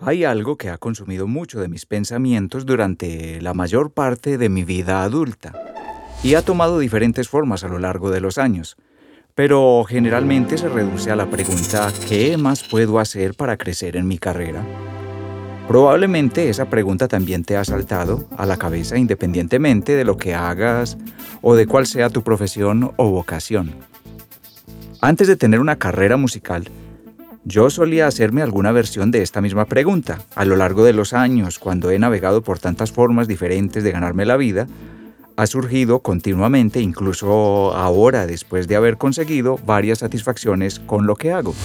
Hay algo que ha consumido mucho de mis pensamientos durante la mayor parte de mi vida adulta y ha tomado diferentes formas a lo largo de los años, pero generalmente se reduce a la pregunta ¿qué más puedo hacer para crecer en mi carrera? Probablemente esa pregunta también te ha saltado a la cabeza independientemente de lo que hagas o de cuál sea tu profesión o vocación. Antes de tener una carrera musical, yo solía hacerme alguna versión de esta misma pregunta. A lo largo de los años, cuando he navegado por tantas formas diferentes de ganarme la vida, ha surgido continuamente, incluso ahora, después de haber conseguido varias satisfacciones con lo que hago.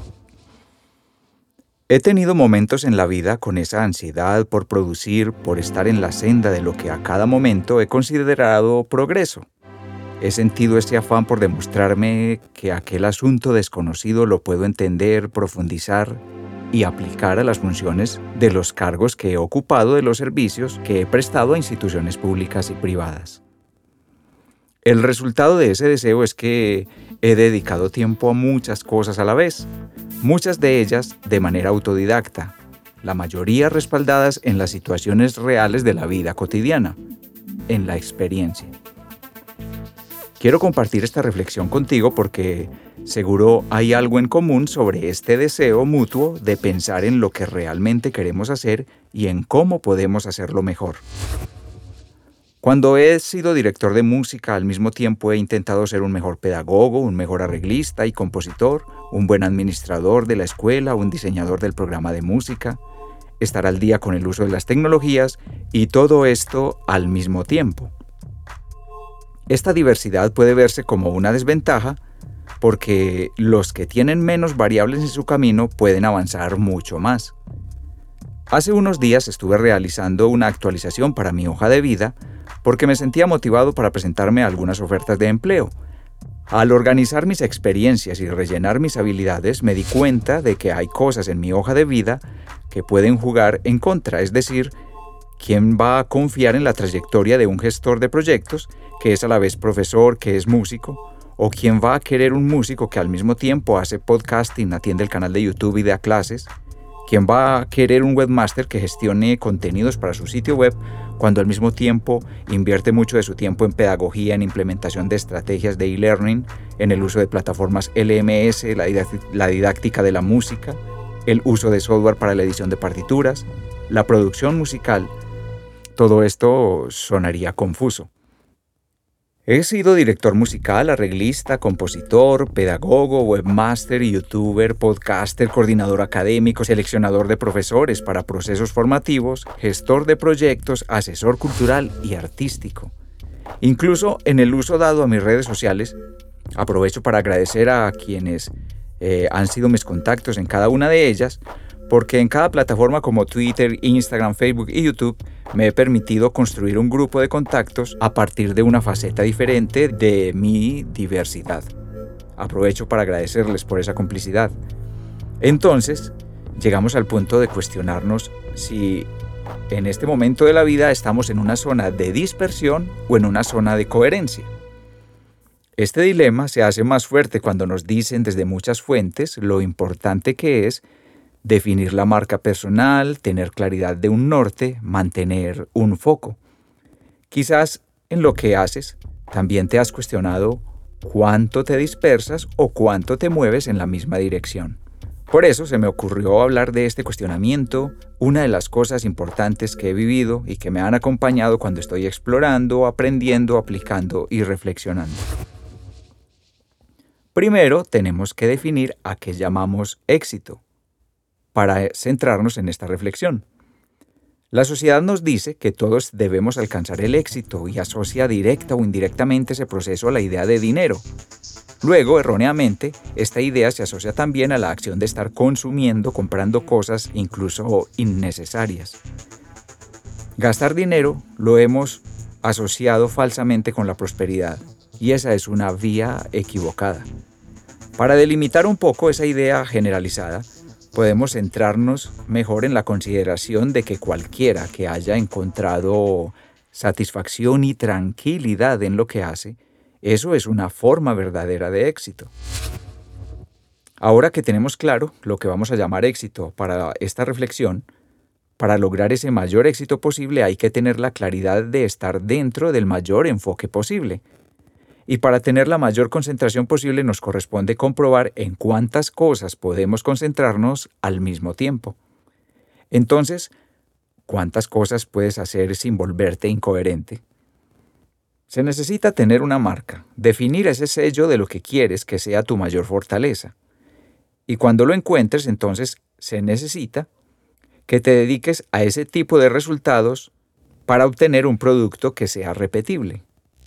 He tenido momentos en la vida con esa ansiedad por producir, por estar en la senda de lo que a cada momento he considerado progreso. He sentido ese afán por demostrarme que aquel asunto desconocido lo puedo entender, profundizar y aplicar a las funciones de los cargos que he ocupado, de los servicios que he prestado a instituciones públicas y privadas. El resultado de ese deseo es que he dedicado tiempo a muchas cosas a la vez, muchas de ellas de manera autodidacta, la mayoría respaldadas en las situaciones reales de la vida cotidiana, en la experiencia. Quiero compartir esta reflexión contigo porque seguro hay algo en común sobre este deseo mutuo de pensar en lo que realmente queremos hacer y en cómo podemos hacerlo mejor. Cuando he sido director de música, al mismo tiempo he intentado ser un mejor pedagogo, un mejor arreglista y compositor, un buen administrador de la escuela, un diseñador del programa de música, estar al día con el uso de las tecnologías y todo esto al mismo tiempo. Esta diversidad puede verse como una desventaja porque los que tienen menos variables en su camino pueden avanzar mucho más. Hace unos días estuve realizando una actualización para mi hoja de vida porque me sentía motivado para presentarme a algunas ofertas de empleo. Al organizar mis experiencias y rellenar mis habilidades, me di cuenta de que hay cosas en mi hoja de vida que pueden jugar en contra, es decir, ¿quién va a confiar en la trayectoria de un gestor de proyectos que es a la vez profesor, que es músico? ¿O quién va a querer un músico que al mismo tiempo hace podcasting, atiende el canal de YouTube y da clases? ¿Quién va a querer un webmaster que gestione contenidos para su sitio web cuando al mismo tiempo invierte mucho de su tiempo en pedagogía, en implementación de estrategias de e-learning, en el uso de plataformas LMS, la didáctica de la música, el uso de software para la edición de partituras, la producción musical? Todo esto sonaría confuso. He sido director musical, arreglista, compositor, pedagogo, webmaster, youtuber, podcaster, coordinador académico, seleccionador de profesores para procesos formativos, gestor de proyectos, asesor cultural y artístico. Incluso en el uso dado a mis redes sociales, aprovecho para agradecer a quienes han sido mis contactos en cada una de ellas, porque en cada plataforma como Twitter, Instagram, Facebook y YouTube me he permitido construir un grupo de contactos a partir de una faceta diferente de mi diversidad. Aprovecho para agradecerles por esa complicidad. Entonces, llegamos al punto de cuestionarnos si en este momento de la vida estamos en una zona de dispersión o en una zona de coherencia. Este dilema se hace más fuerte cuando nos dicen desde muchas fuentes lo importante que es definir la marca personal, tener claridad de un norte, mantener un foco. Quizás en lo que haces también te has cuestionado cuánto te dispersas o cuánto te mueves en la misma dirección. Por eso se me ocurrió hablar de este cuestionamiento, una de las cosas importantes que he vivido y que me han acompañado cuando estoy explorando, aprendiendo, aplicando y reflexionando. Primero tenemos que definir a qué llamamos éxito, para centrarnos en esta reflexión. La sociedad nos dice que todos debemos alcanzar el éxito y asocia directa o indirectamente ese proceso a la idea de dinero. Luego, erróneamente, esta idea se asocia también a la acción de estar consumiendo, comprando cosas incluso innecesarias. Gastar dinero lo hemos asociado falsamente con la prosperidad, y esa es una vía equivocada. Para delimitar un poco esa idea generalizada, podemos centrarnos mejor en la consideración de que cualquiera que haya encontrado satisfacción y tranquilidad en lo que hace, eso es una forma verdadera de éxito. Ahora que tenemos claro lo que vamos a llamar éxito para esta reflexión, para lograr ese mayor éxito posible hay que tener la claridad de estar dentro del mayor enfoque posible. Y para tener la mayor concentración posible nos corresponde comprobar en cuántas cosas podemos concentrarnos al mismo tiempo. Entonces, ¿cuántas cosas puedes hacer sin volverte incoherente? Se necesita tener una marca, definir ese sello de lo que quieres que sea tu mayor fortaleza. Y cuando lo encuentres, entonces se necesita que te dediques a ese tipo de resultados para obtener un producto que sea repetible.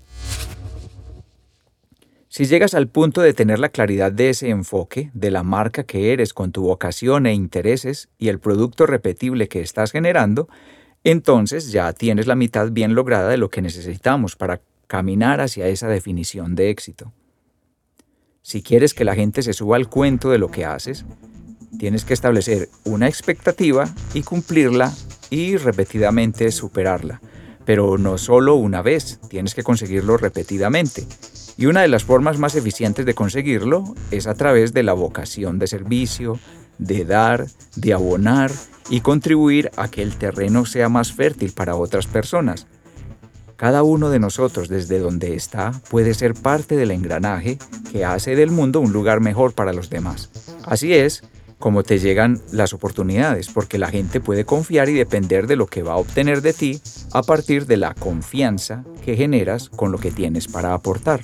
Si llegas al punto de tener la claridad de ese enfoque, de la marca que eres con tu vocación e intereses y el producto repetible que estás generando, entonces ya tienes la mitad bien lograda de lo que necesitamos para caminar hacia esa definición de éxito. Si quieres que la gente se suba al cuento de lo que haces, tienes que establecer una expectativa y cumplirla y repetidamente superarla. Pero no solo una vez, tienes que conseguirlo repetidamente. Y una de las formas más eficientes de conseguirlo es a través de la vocación de servicio, de dar, de abonar y contribuir a que el terreno sea más fértil para otras personas. Cada uno de nosotros, desde donde está, puede ser parte del engranaje que hace del mundo un lugar mejor para los demás. Así es como te llegan las oportunidades, porque la gente puede confiar y depender de lo que va a obtener de ti a partir de la confianza que generas con lo que tienes para aportar.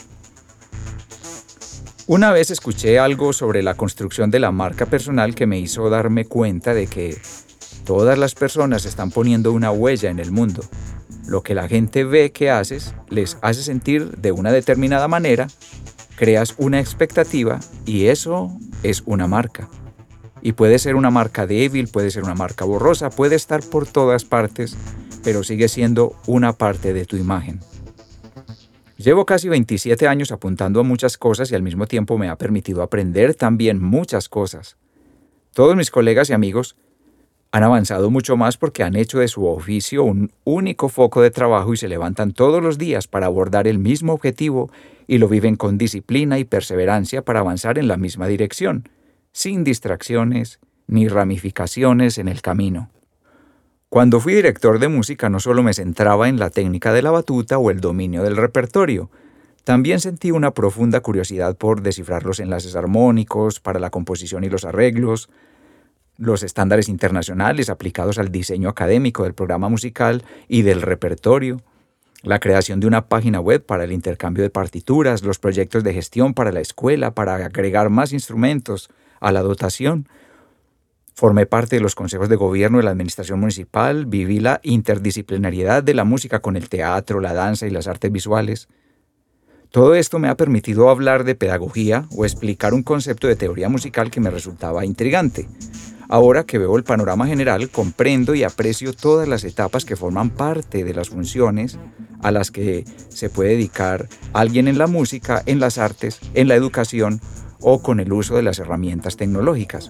Una vez escuché algo sobre la construcción de la marca personal que me hizo darme cuenta de que todas las personas están poniendo una huella en el mundo. Lo que la gente ve que haces les hace sentir de una determinada manera, creas una expectativa y eso es una marca. Y puede ser una marca débil, puede ser una marca borrosa, puede estar por todas partes, pero sigue siendo una parte de tu imagen. Llevo casi 27 años apuntando a muchas cosas y al mismo tiempo me ha permitido aprender también muchas cosas. Todos mis colegas y amigos han avanzado mucho más porque han hecho de su oficio un único foco de trabajo y se levantan todos los días para abordar el mismo objetivo y lo viven con disciplina y perseverancia para avanzar en la misma dirección, sin distracciones ni ramificaciones en el camino. Cuando fui director de música no solo me centraba en la técnica de la batuta o el dominio del repertorio, también sentí una profunda curiosidad por descifrar los enlaces armónicos para la composición y los arreglos, los estándares internacionales aplicados al diseño académico del programa musical y del repertorio, la creación de una página web para el intercambio de partituras, los proyectos de gestión para la escuela, para agregar más instrumentos a la dotación. Formé parte de los consejos de gobierno de la administración municipal, viví la interdisciplinariedad de la música con el teatro, la danza y las artes visuales. Todo esto me ha permitido hablar de pedagogía o explicar un concepto de teoría musical que me resultaba intrigante. Ahora que veo el panorama general, comprendo y aprecio todas las etapas que forman parte de las funciones a las que se puede dedicar alguien en la música, en las artes, en la educación o con el uso de las herramientas tecnológicas.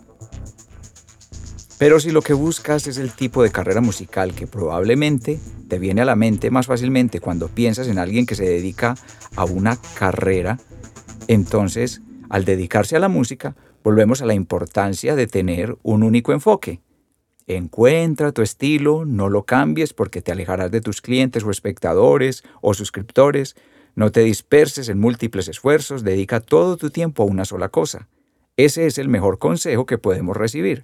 Pero si lo que buscas es el tipo de carrera musical que probablemente te viene a la mente más fácilmente cuando piensas en alguien que se dedica a una carrera, entonces, al dedicarse a la música, volvemos a la importancia de tener un único enfoque. Encuentra tu estilo, no lo cambies porque te alejarás de tus clientes o espectadores o suscriptores. No te disperses en múltiples esfuerzos, dedica todo tu tiempo a una sola cosa. Ese es el mejor consejo que podemos recibir.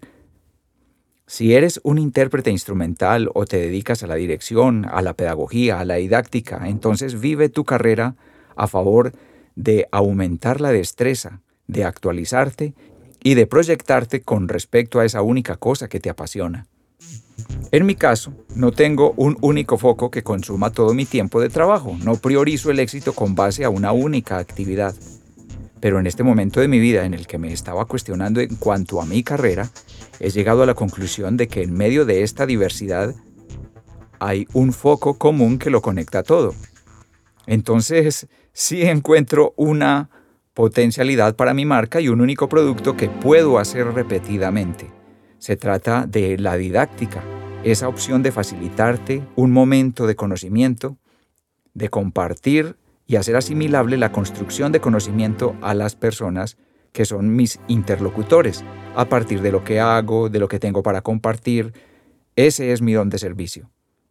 Si eres un intérprete instrumental o te dedicas a la dirección, a la pedagogía, a la didáctica, entonces vive tu carrera a favor de aumentar la destreza, de actualizarte y de proyectarte con respecto a esa única cosa que te apasiona. En mi caso, no tengo un único foco que consuma todo mi tiempo de trabajo, no priorizo el éxito con base a una única actividad. Pero en este momento de mi vida en el que me estaba cuestionando en cuanto a mi carrera, he llegado a la conclusión de que en medio de esta diversidad hay un foco común que lo conecta todo. Entonces, sí encuentro una potencialidad para mi marca y un único producto que puedo hacer repetidamente. Se trata de la didáctica, esa opción de facilitarte un momento de conocimiento, de compartir y hacer asimilable la construcción de conocimiento a las personas que son mis interlocutores, a partir de lo que hago, de lo que tengo para compartir. Ese es mi don de servicio.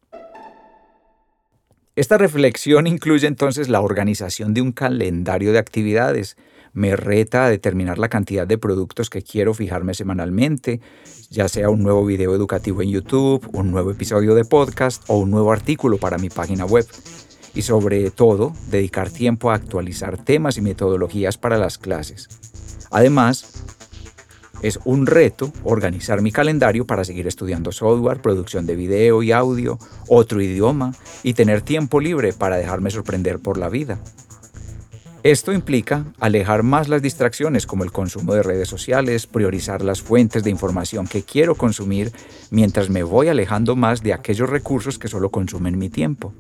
Esta reflexión incluye entonces la organización de un calendario de actividades. Me reta a determinar la cantidad de productos que quiero fijarme semanalmente, ya sea un nuevo video educativo en YouTube, un nuevo episodio de podcast o un nuevo artículo para mi página web. Y sobre todo, dedicar tiempo a actualizar temas y metodologías para las clases. Además, es un reto organizar mi calendario para seguir estudiando software, producción de video y audio, otro idioma y tener tiempo libre para dejarme sorprender por la vida. Esto implica alejar más las distracciones como el consumo de redes sociales, priorizar las fuentes de información que quiero consumir mientras me voy alejando más de aquellos recursos que solo consumen mi tiempo.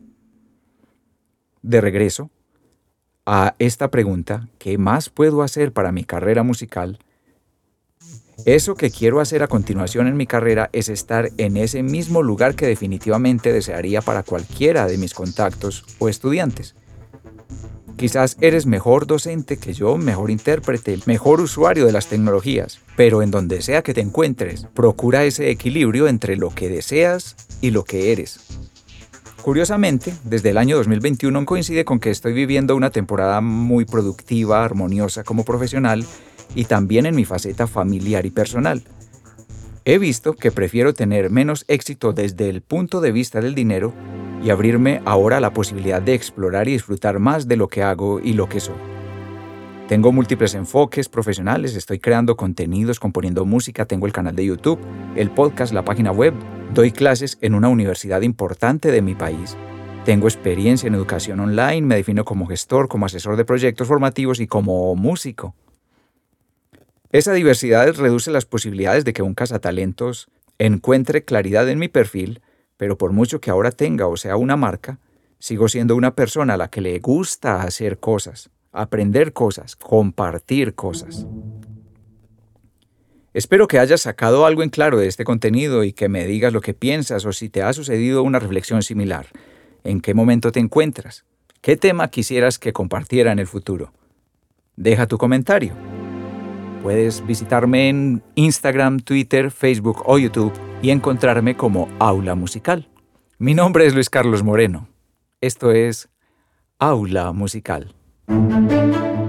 De regreso a esta pregunta, ¿qué más puedo hacer para mi carrera musical? Eso que quiero hacer a continuación en mi carrera es estar en ese mismo lugar que definitivamente desearía para cualquiera de mis contactos o estudiantes. Quizás eres mejor docente que yo, mejor intérprete, mejor usuario de las tecnologías, pero en donde sea que te encuentres, procura ese equilibrio entre lo que deseas y lo que eres. Curiosamente, desde el año 2021 coincide con que estoy viviendo una temporada muy productiva, armoniosa como profesional y también en mi faceta familiar y personal. He visto que prefiero tener menos éxito desde el punto de vista del dinero y abrirme ahora a la posibilidad de explorar y disfrutar más de lo que hago y lo que soy. Tengo múltiples enfoques profesionales, estoy creando contenidos, componiendo música, tengo el canal de YouTube, el podcast, la página web, doy clases en una universidad importante de mi país. Tengo experiencia en educación online, me defino como gestor, como asesor de proyectos formativos y como músico. Esa diversidad reduce las posibilidades de que un cazatalentos encuentre claridad en mi perfil, pero por mucho que ahora tenga o sea una marca, sigo siendo una persona a la que le gusta hacer cosas, aprender cosas, compartir cosas. Espero que hayas sacado algo en claro de este contenido y que me digas lo que piensas o si te ha sucedido una reflexión similar. ¿En qué momento te encuentras? ¿Qué tema quisieras que compartiera en el futuro? Deja tu comentario. Puedes visitarme en Instagram, Twitter, Facebook o YouTube y encontrarme como Aula Musical. Mi nombre es Luis Carlos Moreno. Esto es Aula Musical.